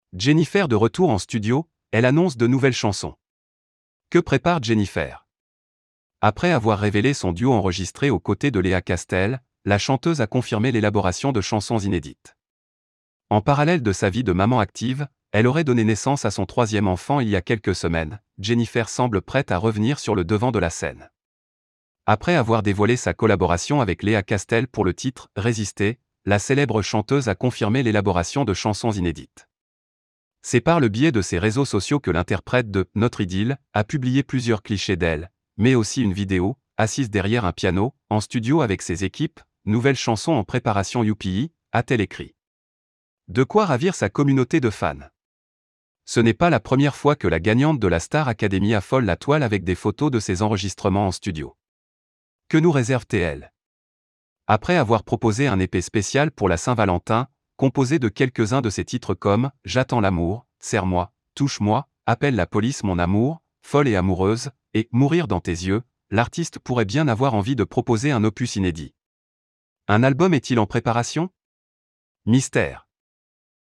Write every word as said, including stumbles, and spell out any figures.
Jennifer de retour en studio, elle annonce de nouvelles chansons. Que prépare Jennifer? Après avoir révélé son duo enregistré aux côtés de Léa Castel, la chanteuse a confirmé l'élaboration de chansons inédites. En parallèle de sa vie de maman active, elle aurait donné naissance à son troisième enfant il y a quelques semaines. Jennifer semble prête à revenir sur le devant de la scène. Après avoir dévoilé sa collaboration avec Léa Castel pour le titre « Résister », la célèbre chanteuse a confirmé l'élaboration de chansons inédites. C'est par le biais de ses réseaux sociaux que l'interprète de « Notre idylle » a publié plusieurs clichés d'elle, mais aussi une vidéo, assise derrière un piano, en studio avec ses équipes, nouvelle chanson en préparation youpi, a-t-elle écrit. De quoi ravir sa communauté de fans. Ce n'est pas la première fois que la gagnante de la Star Academy affole la toile avec des photos de ses enregistrements en studio. Que nous réserve-t-elle? Après avoir proposé un E P spécial pour la Saint-Valentin, composé de quelques-uns de ses titres comme « J'attends l'amour »,« Serre-moi »,« Touche-moi »,« Appelle la police mon amour »,« Folle et amoureuse » et « Mourir dans tes yeux », l'artiste pourrait bien avoir envie de proposer un opus inédit. Un album est-il en préparation? Mystère.